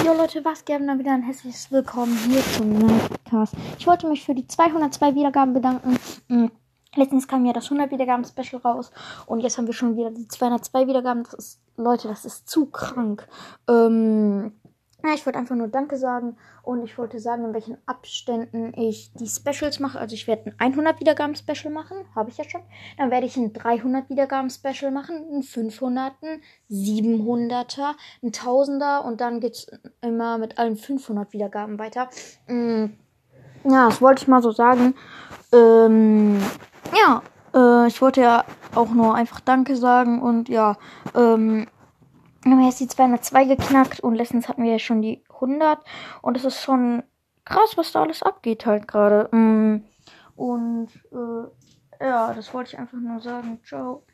Jo Leute, was geht? Dann wieder ein herzliches Willkommen hier zum Podcast. Ich wollte mich für die 202 Wiedergaben bedanken. Letztens kam ja das 100 Wiedergaben Special raus und jetzt haben wir schon wieder die 202 Wiedergaben. Das ist zu krank. Ich wollte einfach nur Danke sagen und ich wollte sagen, in welchen Abständen ich die Specials mache. Also ich werde ein 100 Wiedergaben Special machen, habe ich ja schon. Dann werde ich ein 300 Wiedergaben Special machen, ein 500, ein 700er, ein 1000er und dann geht's immer mit allen 500 Wiedergaben weiter. Ja, das wollte ich mal so sagen. Ich wollte ja auch nur einfach Danke sagen und ja, haben wir jetzt die 202 geknackt und letztens hatten wir ja schon die 100 und es ist schon krass, was da alles abgeht halt gerade. Das wollte ich einfach nur sagen. Ciao.